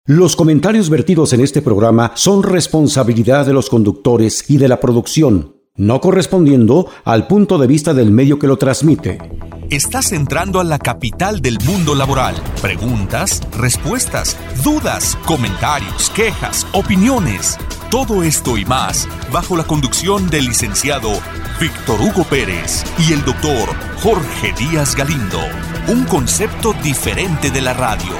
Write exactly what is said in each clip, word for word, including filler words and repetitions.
Los comentarios vertidos en este programa son responsabilidad de los conductores y de la producción, no correspondiendo al punto de vista del medio que lo transmite. Estás entrando a la capital del mundo laboral. Preguntas, respuestas, dudas, comentarios, quejas, opiniones. Todo esto y más bajo la conducción del licenciado Víctor Hugo Pérez y el doctor Jorge Díaz Galindo. Un concepto diferente de la radio.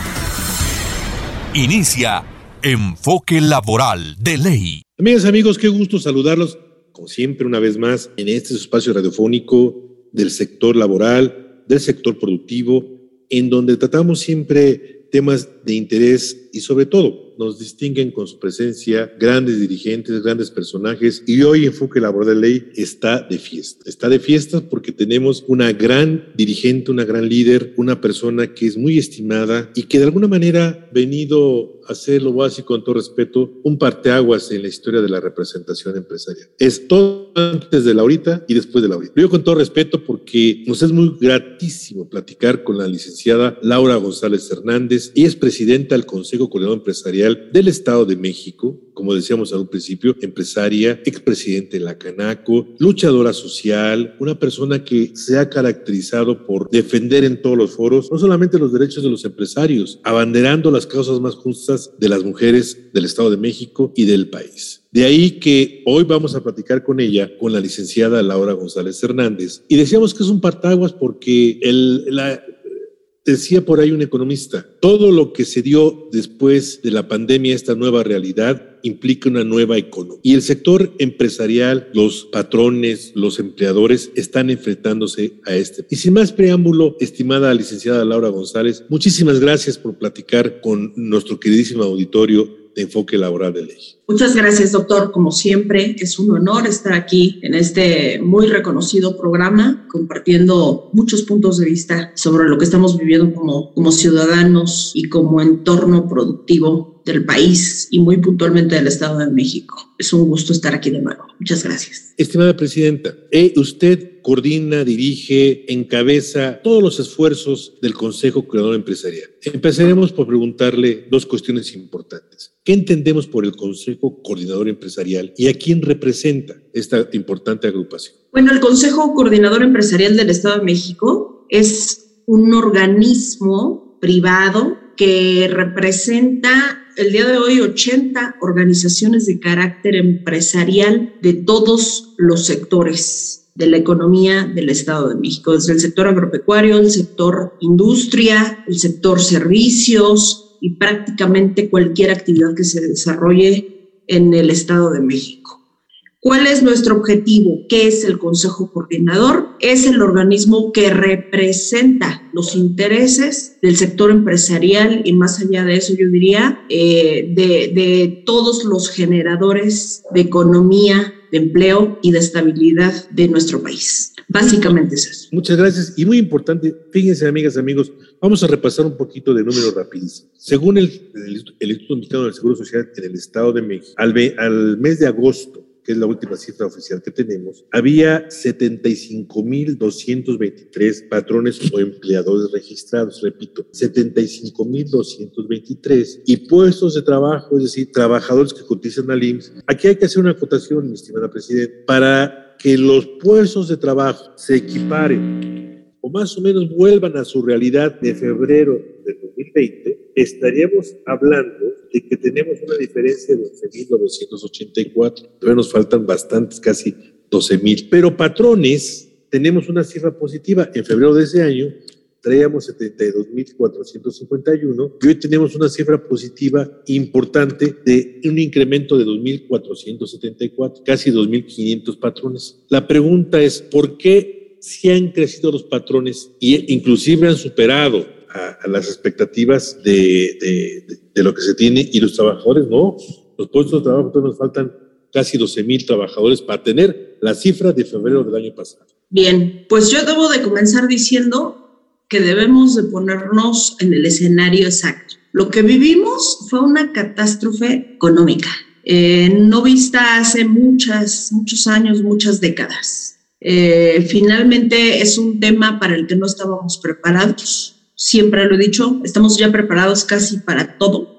Inicia Enfoque Laboral de Ley. Amigas, amigos, qué gusto saludarlos, como siempre, una vez más, en este espacio radiofónico del sector laboral, del sector productivo, en donde tratamos siempre temas de interés y, sobre todo, nos distinguen con su presencia grandes dirigentes, grandes personajes, y hoy Enfoque Laboral de Ley está de fiesta. Está de fiesta porque tenemos una gran dirigente, una gran líder, una persona que es muy estimada y que de alguna manera ha venido a hacer lo básico, con todo respeto, un parteaguas en la historia de la representación empresarial. Es todo antes de la ahorita y después de la ahorita. Lo digo con todo respeto porque nos es muy gratísimo platicar con la licenciada Laura González Hernández. Ella es presidenta del Consejo Coordinador Empresarial del Estado de México, como decíamos al un principio, empresaria, expresidente de la Canaco, luchadora social, una persona que se ha caracterizado por defender en todos los foros no solamente los derechos de los empresarios, abanderando las causas más justas de las mujeres del Estado de México y del país. De ahí que hoy vamos a platicar con ella, con la licenciada Laura González Hernández, y decíamos que es un partaguas porque el, la... Decía por ahí un economista, todo lo que se dio después de la pandemia, esta nueva realidad, implica una nueva economía. Y el sector empresarial, los patrones, los empleadores están enfrentándose a este. Y sin más preámbulo, estimada licenciada Laura González, muchísimas gracias por platicar con nuestro queridísimo auditorio de Enfoque Laboral de Ley. Muchas gracias, doctor. Como siempre, es un honor estar aquí en este muy reconocido programa, compartiendo muchos puntos de vista sobre lo que estamos viviendo como, como ciudadanos y como entorno productivo del país y muy puntualmente del Estado de México. Es un gusto estar aquí de nuevo. Muchas gracias. Estimada presidenta, eh, usted coordina, dirige, encabeza todos los esfuerzos del Consejo Coordinador Empresarial. Empezaremos por preguntarle dos cuestiones importantes. ¿Qué entendemos por el Consejo Coordinador Empresarial y a quién representa esta importante agrupación? Bueno, el Consejo Coordinador Empresarial del Estado de México es un organismo privado que representa el día de hoy ochenta organizaciones de carácter empresarial de todos los sectores de la economía del Estado de México, desde el sector agropecuario, el sector industria, el sector servicios y prácticamente cualquier actividad que se desarrolle en el Estado de México. ¿Cuál es nuestro objetivo? ¿Qué es el Consejo Coordinador? Es el organismo que representa los intereses del sector empresarial y más allá de eso yo diría eh, de, de todos los generadores de economía, de empleo y de estabilidad de nuestro país. Básicamente es eso. Muchas gracias. Y muy importante, fíjense, amigas, amigos, vamos a repasar un poquito de números rapidísimos. Según el, el, el Instituto Mexicano del Seguro Social en el Estado de México, al, al mes de agosto, que es la última cifra oficial que tenemos, había setenta y cinco mil doscientos veintitrés patrones o empleadores registrados, repito, setenta y cinco mil doscientos veintitrés, y puestos de trabajo, es decir, trabajadores que cotizan al I M S S. Aquí hay que hacer una acotación, mi estimada presidenta, para que los puestos de trabajo se equiparen o más o menos vuelvan a su realidad de febrero del dos mil veinte, estaríamos hablando de que tenemos una diferencia de once mil novecientos ochenta y cuatro. Todavía nos faltan bastantes, casi doce mil. Pero patrones, tenemos una cifra positiva. En febrero de ese año traíamos setenta y dos mil cuatrocientos cincuenta y uno y hoy tenemos una cifra positiva importante de un incremento de dos mil cuatrocientos setenta y cuatro, casi dos mil quinientos patrones. La pregunta es, ¿por qué si han crecido los patrones e inclusive han superado a, a las expectativas de, de, de, de lo que se tiene y los trabajadores no? Los puestos de trabajo todavía nos faltan casi doce mil trabajadores para tener la cifra de febrero del año pasado. Bien, pues yo debo de comenzar diciendo que debemos de ponernos en el escenario exacto. Lo que vivimos fue una catástrofe económica, eh, no vista hace muchas, muchos años, muchas décadas. Eh, finalmente es un tema para el que no estábamos preparados. Siempre lo he dicho, estamos ya preparados casi para todo,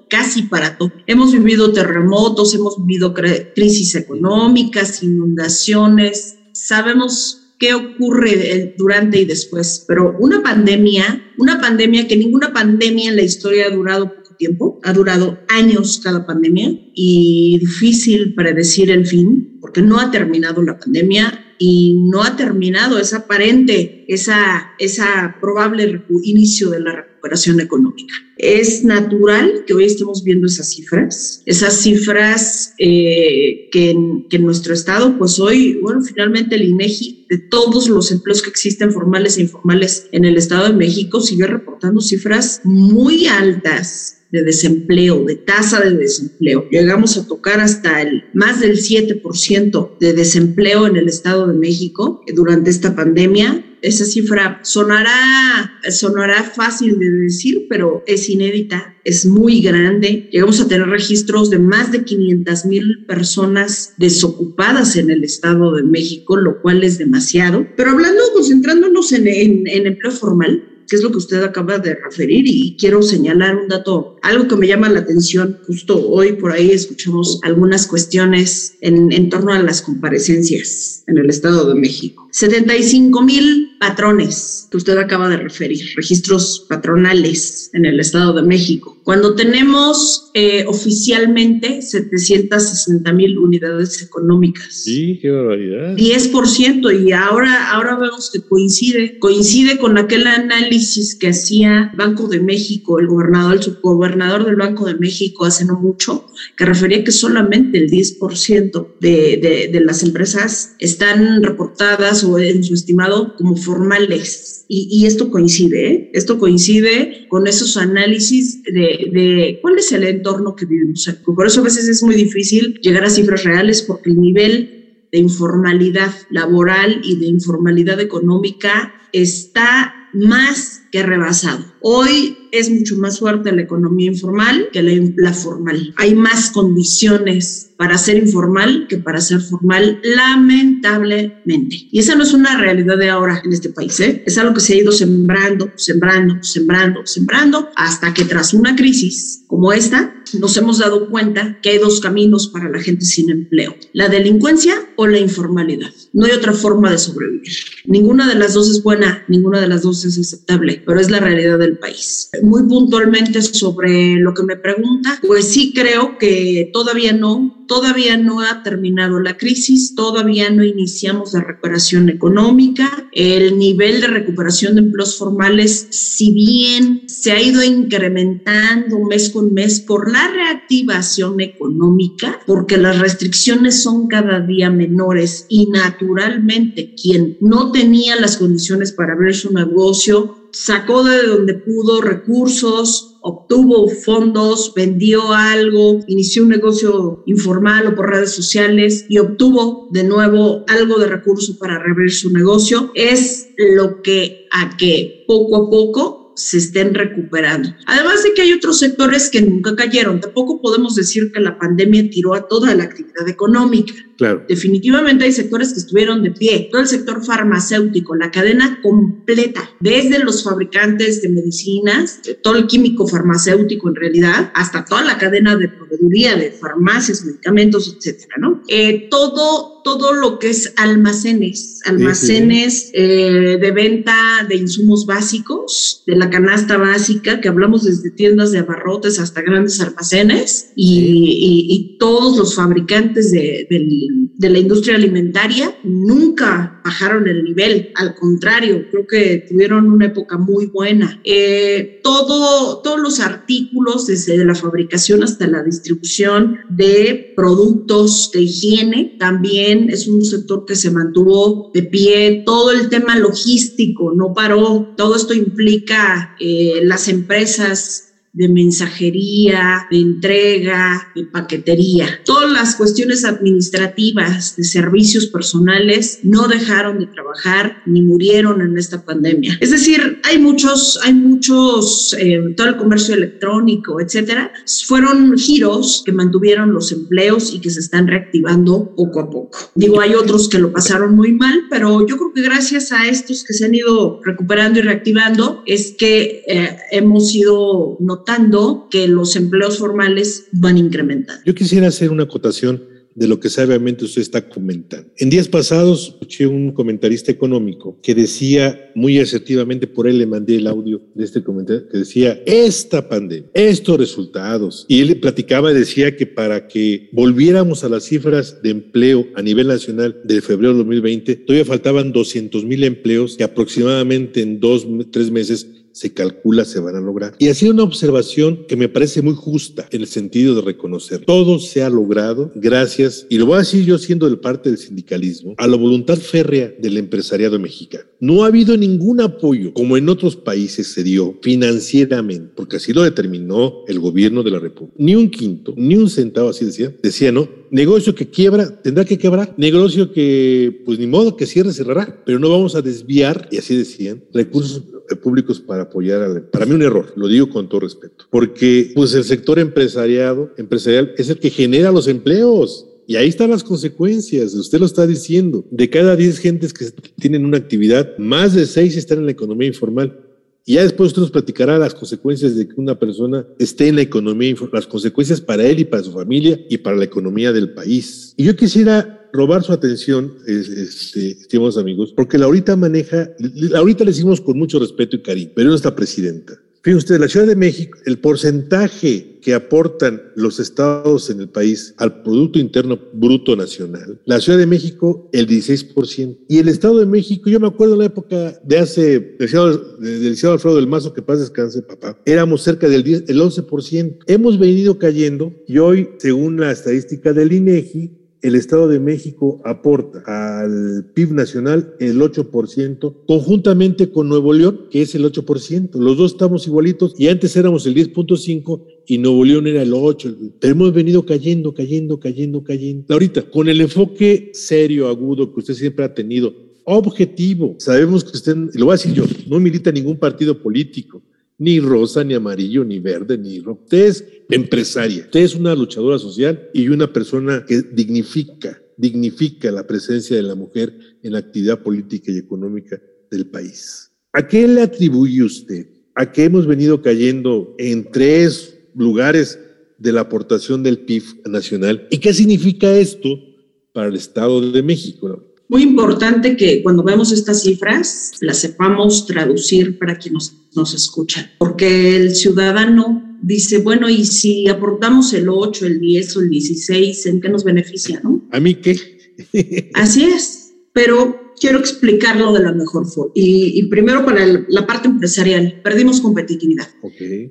casi para todo. Hemos vivido terremotos, hemos vivido cre- crisis económicas, inundaciones, sabemos qué ocurre durante y después, pero una pandemia, una pandemia que ninguna pandemia en la historia ha durado poco tiempo, ha durado años cada pandemia y difícil predecir el fin, porque no ha terminado la pandemia y no ha terminado, es aparente esa, esa probable recu- inicio de la recuperación económica. Es natural que hoy estemos viendo esas cifras, esas cifras eh, que, en, que en nuestro estado, pues hoy, bueno, finalmente el INEGI, de todos los empleos que existen formales e informales en el Estado de México, sigue reportando cifras muy altas de desempleo, de tasa de desempleo. Llegamos a tocar hasta el más del siete por ciento de desempleo en el Estado de México durante esta pandemia. Esa cifra sonará, sonará fácil de decir, pero es inédita, es muy grande. Llegamos a tener registros de más de quinientas mil personas desocupadas en el Estado de México, lo cual es demasiado. Pero hablando, concentrándonos en, en, en empleo formal, que es lo que usted acaba de referir, y quiero señalar un dato, algo que me llama la atención. Justo hoy por ahí escuchamos algunas cuestiones en, en torno a las comparecencias en el Estado de México. setenta y cinco mil patrones que usted acaba de referir, registros patronales en el Estado de México, cuando tenemos eh, oficialmente setecientas sesenta mil unidades económicas. Sí, qué barbaridad. diez por ciento, y ahora, ahora vemos que coincide, coincide con aquel análisis que hacía Banco de México, el gobernador, el subgobernador del Banco de México hace no mucho, que refería que solamente el diez por ciento de, de, de las empresas están reportadas o en su estimado como formales. Y, y esto coincide, ¿eh? Esto coincide con esos análisis de, de cuál es el entorno que vivimos. Por eso a veces es muy difícil llegar a cifras reales, porque el nivel de informalidad laboral y de informalidad económica está más que rebasado. Hoy es mucho más fuerte la economía informal que la, la formal. Hay más condiciones para ser informal que para ser formal, lamentablemente. Y esa no es una realidad de ahora en este país, ¿eh? Es algo que se ha ido sembrando, sembrando, sembrando, sembrando, hasta que tras una crisis como esta, nos hemos dado cuenta que hay dos caminos para la gente sin empleo: la delincuencia o la informalidad. No hay otra forma de sobrevivir. Ninguna de las dos es buena, ninguna de las dos es aceptable, pero es la realidad del país. Muy puntualmente sobre lo que me pregunta, pues sí creo que todavía no, todavía no ha terminado la crisis, todavía no iniciamos la recuperación económica. El nivel de recuperación de empleos formales, si bien se ha ido incrementando mes con mes por la reactivación económica, porque las restricciones son cada día menores y naturalmente quien no tenía las condiciones para abrir su negocio sacó de donde pudo recursos, obtuvo fondos, vendió algo, inició un negocio informal o por redes sociales y obtuvo de nuevo algo de recurso para reabrir su negocio. Es lo que a que poco a poco se estén recuperando. Además de que hay otros sectores que nunca cayeron. Tampoco podemos decir que la pandemia tiró a toda la actividad económica. Claro. Definitivamente hay sectores que estuvieron de pie. Todo el sector farmacéutico, la cadena completa, desde los fabricantes de medicinas, todo el químico farmacéutico en realidad, hasta toda la cadena de proveeduría de farmacias, medicamentos, etcétera, ¿no? Eh, todo, todo lo que es almacenes, almacenes sí, sí. Eh, de venta de insumos básicos, de la canasta básica, que hablamos desde tiendas de abarrotes hasta grandes almacenes, y, sí. y, y todos los fabricantes de, de, de la industria alimentaria nunca bajaron el nivel, al contrario, creo que tuvieron una época muy buena. Eh, todo, todos los artículos, desde la fabricación hasta la distribución de productos de higiene, también es un sector que se mantuvo de pie. Todo el tema logístico no paró. Todo esto implica eh, las empresas de mensajería, de entrega, de paquetería. Todas las cuestiones administrativas de servicios personales no dejaron de trabajar ni murieron en esta pandemia. Es decir, hay muchos, hay muchos, eh, todo el comercio electrónico, etcétera, fueron giros que mantuvieron los empleos y que se están reactivando poco a poco. Digo, hay otros que lo pasaron muy mal, pero yo creo que gracias a estos que se han ido recuperando y reactivando es que eh, hemos ido notando notando que los empleos formales van incrementando. Yo quisiera hacer una acotación de lo que sabiamente usted está comentando. En días pasados escuché un comentarista económico que decía muy asertivamente, por él le mandé el audio de este comentario, que decía, esta pandemia, estos resultados, y él platicaba y decía que para que volviéramos a las cifras de empleo a nivel nacional de febrero de dos mil veinte, todavía faltaban doscientos mil empleos que aproximadamente en dos, tres meses se calcula se van a lograr. Y hacía una observación que me parece muy justa en el sentido de reconocer. Todo se ha logrado gracias, y lo voy a decir yo siendo de parte del sindicalismo, a la voluntad férrea del empresariado mexicano. No ha habido ningún apoyo, como en otros países se dio, financieramente, porque así lo determinó el gobierno de la República. Ni un quinto, ni un centavo, así decía. Decía, ¿no? Negocio que quiebra, tendrá que quebrar. Negocio que, pues ni modo, que cierre, cerrará. Pero no vamos a desviar, y así decían, recursos públicos para apoyar a la... Para mí un error, lo digo con todo respeto, porque pues el sector empresariado, empresarial es el que genera los empleos. Y ahí están las consecuencias, usted lo está diciendo. De cada diez gentes que tienen una actividad, más de seis están en la economía informal. Y ya después usted nos platicará las consecuencias de que una persona esté en la economía informal, las consecuencias para él y para su familia y para la economía del país. Y yo quisiera robar su atención, este, estimados amigos, porque Laurita maneja, Laurita le decimos con mucho respeto y cariño, pero es nuestra presidenta. Fíjense ustedes, la Ciudad de México, el porcentaje que aportan los estados en el país al Producto Interno Bruto Nacional, la Ciudad de México el dieciséis por ciento, y el Estado de México, yo me acuerdo en la época de hace, del licenciado Alfredo del Mazo, que paz descanse, papá, éramos cerca del diez, el once por ciento. Hemos venido cayendo y hoy, según la estadística del INEGI, el Estado de México aporta al P I B nacional el ocho por ciento, conjuntamente con Nuevo León, que es el ocho por ciento. Los dos estamos igualitos y antes éramos el diez punto cinco por ciento y Nuevo León era el ocho por ciento. Pero hemos venido cayendo, cayendo, cayendo, cayendo. Ahorita, con el enfoque serio, agudo que usted siempre ha tenido, objetivo, sabemos que usted, lo voy a decir yo, no milita ningún partido político, ni rosa, ni amarillo, ni verde, ni rojo. Usted es empresaria, usted es una luchadora social y una persona que dignifica, dignifica la presencia de la mujer en la actividad política y económica del país. ¿A qué le atribuye usted a que hemos venido cayendo en tres lugares de la aportación del P I B nacional? ¿Y qué significa esto para el Estado de México? Muy importante que cuando vemos estas cifras las sepamos traducir para quienes nos, nos escuchan, porque el ciudadano dice, bueno, y si aportamos el ocho, el diez o el dieciséis, ¿en qué nos beneficia, no? ¿A mí qué? Así es, pero quiero explicarlo de la mejor forma. Y, y primero para el, la parte empresarial, perdimos competitividad. Okay.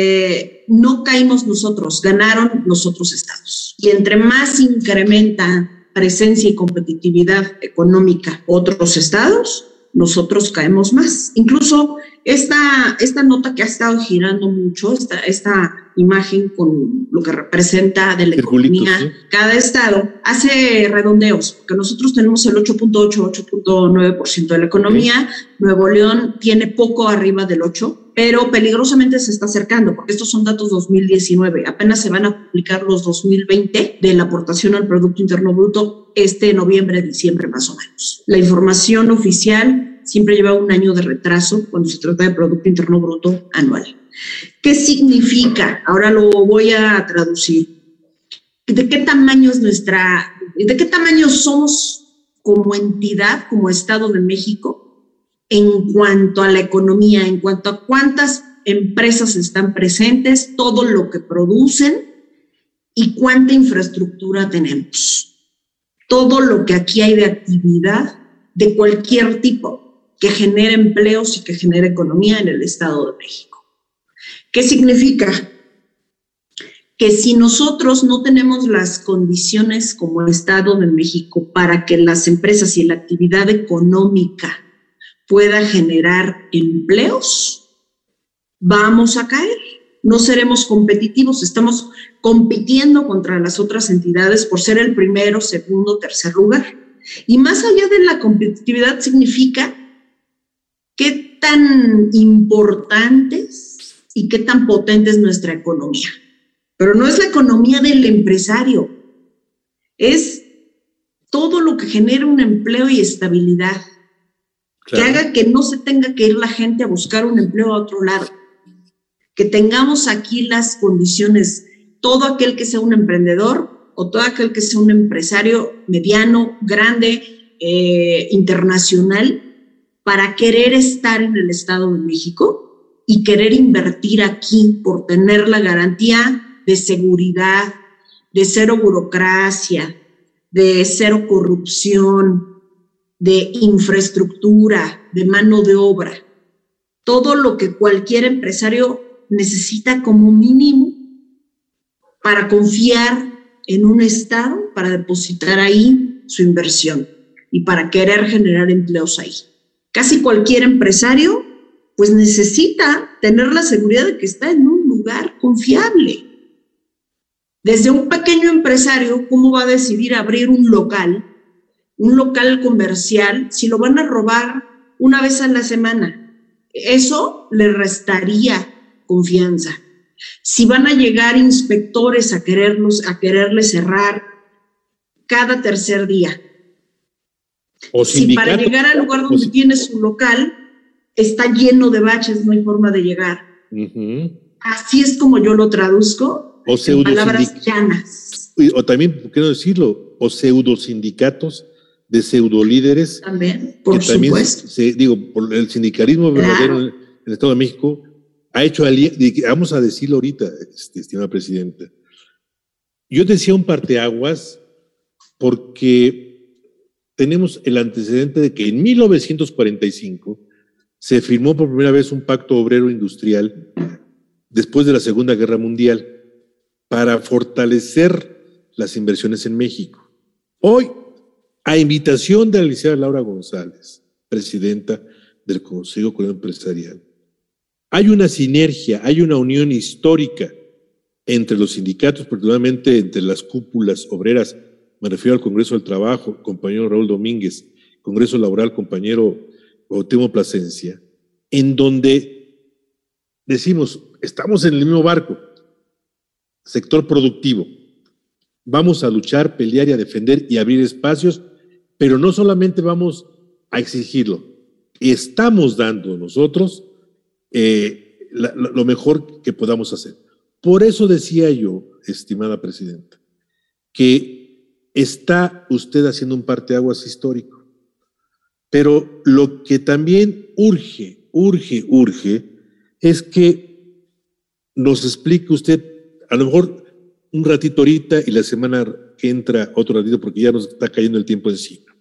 Eh, no caímos nosotros, ganaron los otros estados. Y entre más incrementa presencia y competitividad económica otros estados, nosotros caemos más. Incluso esta, esta nota que ha estado girando mucho, esta, esta imagen con lo que representa de la economía, ¿sí? Cada estado hace redondeos, porque nosotros tenemos el ocho punto ocho, ocho punto nueve por ciento de la economía, okay. Nuevo León tiene poco arriba del ocho, pero peligrosamente se está acercando, porque estos son datos dos mil diecinueve, apenas se van a publicar los dos mil veinte de la aportación al Producto Interno Bruto este noviembre, diciembre más o menos. La información oficial siempre lleva un año de retraso cuando se trata de Producto Interno Bruto anual. ¿Qué significa? Ahora lo voy a traducir. ¿De qué tamaño es nuestra, de qué tamaño somos como entidad, como Estado de México, en cuanto a la economía, en cuanto a cuántas empresas están presentes, todo lo que producen y cuánta infraestructura tenemos? Todo lo que aquí hay de actividad de cualquier tipo que genere empleos y que genere economía en el Estado de México. ¿Qué significa? Que si nosotros no tenemos las condiciones como Estado de México para que las empresas y la actividad económica pueda generar empleos, vamos a caer. No seremos competitivos, estamos compitiendo contra las otras entidades por ser el primero, segundo, tercer lugar. Y más allá de la competitividad significa qué tan importantes y qué tan potente es nuestra economía. Pero no es la economía del empresario, es todo lo que genera un empleo y estabilidad, claro, que haga que no se tenga que ir la gente a buscar un empleo a otro lado, que tengamos aquí las condiciones, todo aquel que sea un emprendedor o todo aquel que sea un empresario mediano, grande, eh, internacional, para querer estar en el Estado de México y querer invertir aquí por tener la garantía de seguridad, de cero burocracia, de cero corrupción, de infraestructura, de mano de obra. Todo lo que cualquier empresario necesita como mínimo para confiar en un Estado, para depositar ahí su inversión y para querer generar empleos ahí. Casi cualquier empresario pues necesita tener la seguridad de que está en un lugar confiable. Desde un pequeño empresario, ¿cómo va a decidir abrir un local, un local comercial, si lo van a robar una vez a la semana? Eso le restaría confianza. Si van a llegar inspectores a quererlos, a quererle cerrar cada tercer día. O si para llegar al lugar donde tiene su local está lleno de baches, no hay forma de llegar. Uh-huh. Así es como yo lo traduzco o en palabras llanas. O también, ¿por qué no decirlo? O pseudosindicatos de pseudolíderes. También, por que también supuesto. Se, digo, por el sindicalismo claro. verdadero en el Estado de México ha hecho, vamos a decirlo ahorita, este, estimada presidenta, yo decía un parteaguas porque tenemos el antecedente de que en mil novecientos cuarenta y cinco se firmó por primera vez un pacto obrero industrial después de la Segunda Guerra Mundial para fortalecer las inversiones en México. Hoy, a invitación de la licenciada Laura González, presidenta del Consejo Coordinador Empresarial, hay una sinergia, hay una unión histórica entre los sindicatos, particularmente entre las cúpulas obreras. Me refiero al Congreso del Trabajo, compañero Raúl Domínguez, Congreso Laboral, compañero Cuauhtémoc Plasencia, en donde decimos, estamos en el mismo barco, sector productivo, vamos a luchar, pelear y a defender y abrir espacios, pero no solamente vamos a exigirlo, estamos dando nosotros eh, la, lo mejor que podamos hacer. Por eso decía yo, estimada presidenta, que está usted haciendo un parteaguas histórico, pero lo que también urge, urge, urge, es que nos explique usted, a lo mejor un ratito ahorita y la semana que entra otro ratito, porque ya nos está cayendo el tiempo encima.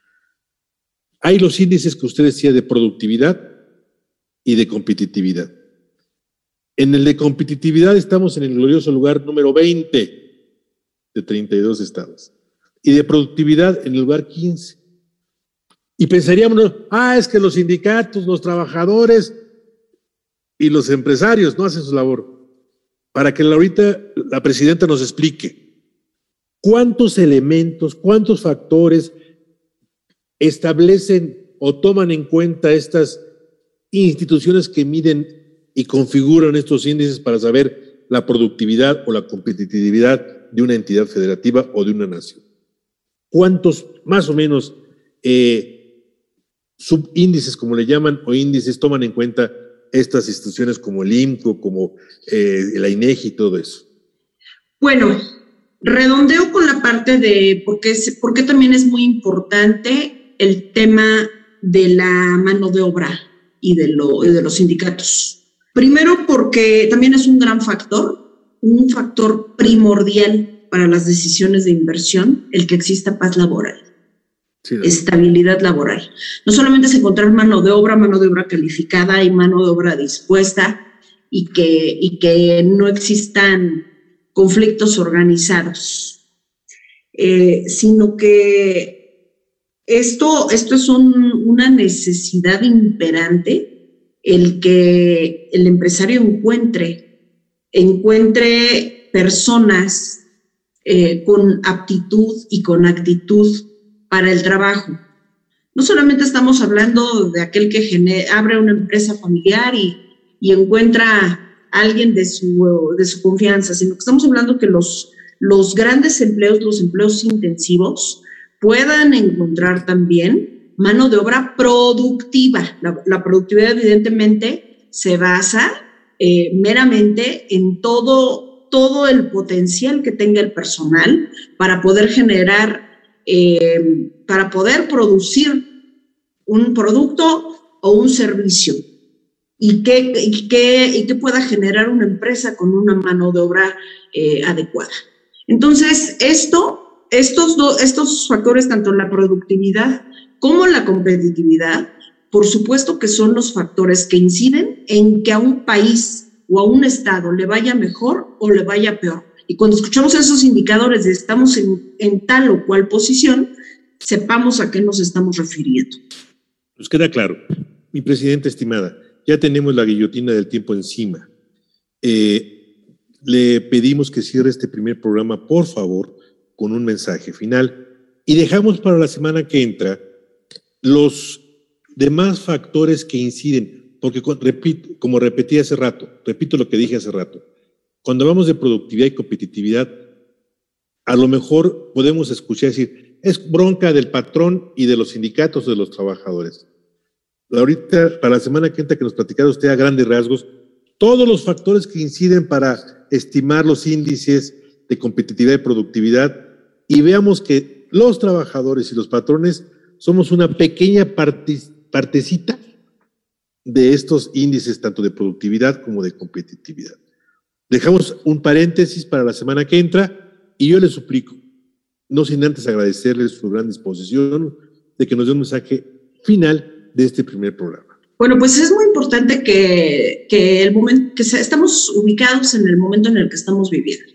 Hay los índices que usted decía de productividad y de competitividad. En el de competitividad estamos en el glorioso lugar número veinte de treinta y dos estados. Y de productividad en el lugar quince. Y pensaríamos, ah, es que los sindicatos, los trabajadores y los empresarios no hacen su labor. Para que ahorita la presidenta nos explique cuántos elementos, cuántos factores establecen o toman en cuenta estas instituciones que miden y configuran estos índices para saber la productividad o la competitividad de una entidad federativa o de una nación. ¿Cuántos, más o menos, eh, subíndices, como le llaman, o índices toman en cuenta estas instituciones como el I M C O, como eh, la INEGI y todo eso? Bueno, redondeo con la parte de por qué, por qué también es muy importante el tema de la mano de obra y de, lo, de los sindicatos. Primero porque también es un gran factor, un factor primordial para las decisiones de inversión, el que exista paz laboral, sí, estabilidad laboral. No solamente es encontrar mano de obra, mano de obra calificada y mano de obra dispuesta y que, y que no existan conflictos organizados, eh, sino que esto, esto es un, una necesidad imperante, el que el empresario encuentre, encuentre personas eh, con aptitud y con actitud para el trabajo. No solamente estamos hablando de aquel que genera, abre una empresa familiar y, y encuentra a alguien de su, de su confianza, sino que estamos hablando que los, los grandes empleos, los empleos intensivos, puedan encontrar también mano de obra productiva. La, la productividad evidentemente se basa eh, meramente en todo, todo el potencial que tenga el personal para poder generar, eh, para poder producir un producto o un servicio y que, y que, y que pueda generar una empresa con una mano de obra eh, adecuada. Entonces, esto, estos, do, estos factores, tanto la productividad como la competitividad, por supuesto que son los factores que inciden en que a un país o a un estado le vaya mejor o le vaya peor. Y cuando escuchamos esos indicadores de estamos en, en tal o cual posición, sepamos a qué nos estamos refiriendo. Nos queda claro. Mi presidenta estimada, ya tenemos la guillotina del tiempo encima. Eh, le pedimos que cierre este primer programa, por favor, con un mensaje final. Y dejamos para la semana que entra los demás factores que inciden, porque repito, como repetí hace rato, repito lo que dije hace rato, cuando hablamos de productividad y competitividad, a lo mejor podemos escuchar decir, es bronca del patrón y de los sindicatos o de los trabajadores. Ahorita, para la semana que entra, que nos platicara usted a grandes rasgos, todos los factores que inciden para estimar los índices de competitividad y productividad, y veamos que los trabajadores y los patrones somos una pequeña parte, partecita de estos índices, tanto de productividad como de competitividad. Dejamos un paréntesis para la semana que entra y yo les suplico, no sin antes agradecerles su gran disposición de que nos dé un mensaje final de este primer programa. Bueno, pues es muy importante que, que, el momento, que estamos ubicados en el momento en el que estamos viviendo.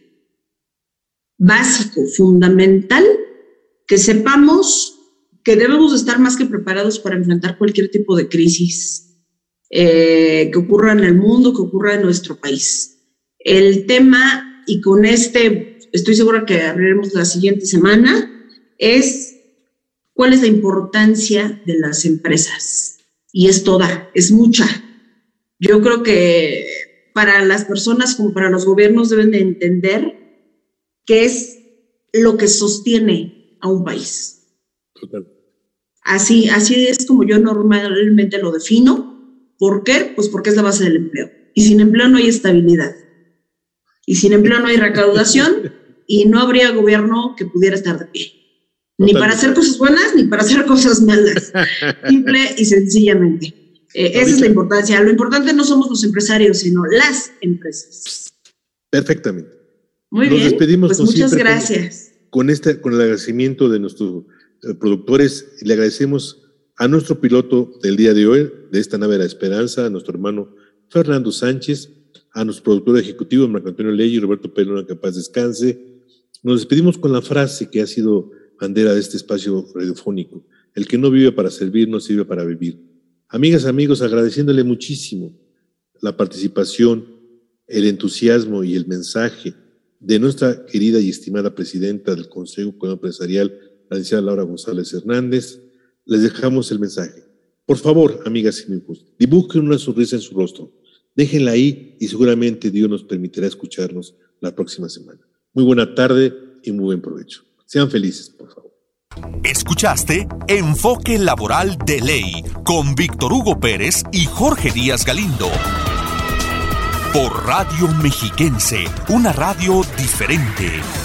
Básico, fundamental, que sepamos que debemos estar más que preparados para enfrentar cualquier tipo de crisis eh, que ocurra en el mundo, que ocurra en nuestro país. El tema, y con este estoy segura que abriremos la siguiente semana, es cuál es la importancia de las empresas. Y es toda, es mucha. Yo creo que para las personas como para los gobiernos deben de entender qué es lo que sostiene a un país. Total. Así, así es como yo normalmente lo defino. ¿Por qué? Pues porque es la base del empleo. Y sin empleo no hay estabilidad. Y sin empleo no hay recaudación y no habría gobierno que pudiera estar de pie. Ni para hacer cosas buenas, ni para hacer cosas malas. Simple y sencillamente. Eh, esa es la importancia. Lo importante no somos los empresarios, sino las empresas. Perfectamente. Muy Nos bien, despedimos pues con muchas gracias. Con, con, este, con el agradecimiento de nuestros eh, productores, le agradecemos a nuestro piloto del día de hoy, de esta nave de la esperanza, a nuestro hermano Fernando Sánchez, a nuestro productor ejecutivo, Marco Antonio Ley y Roberto Pelona, que paz descanse. Nos despedimos con la frase que ha sido bandera de este espacio radiofónico: el que no vive para servir, no sirve para vivir. Amigas, amigos, agradeciéndole muchísimo la participación, el entusiasmo y el mensaje de nuestra querida y estimada presidenta del Consejo Económico Empresarial, la licenciada Laura González Hernández, les dejamos el mensaje. Por favor, amigas y amigos, dibujen una sonrisa en su rostro, déjenla ahí y seguramente Dios nos permitirá escucharnos la próxima semana. Muy buena tarde y muy buen provecho. Sean felices, por favor. Escuchaste Enfoque Laboral de Ley con Víctor Hugo Pérez y Jorge Díaz Galindo. Por Radio Mexiquense, una radio diferente.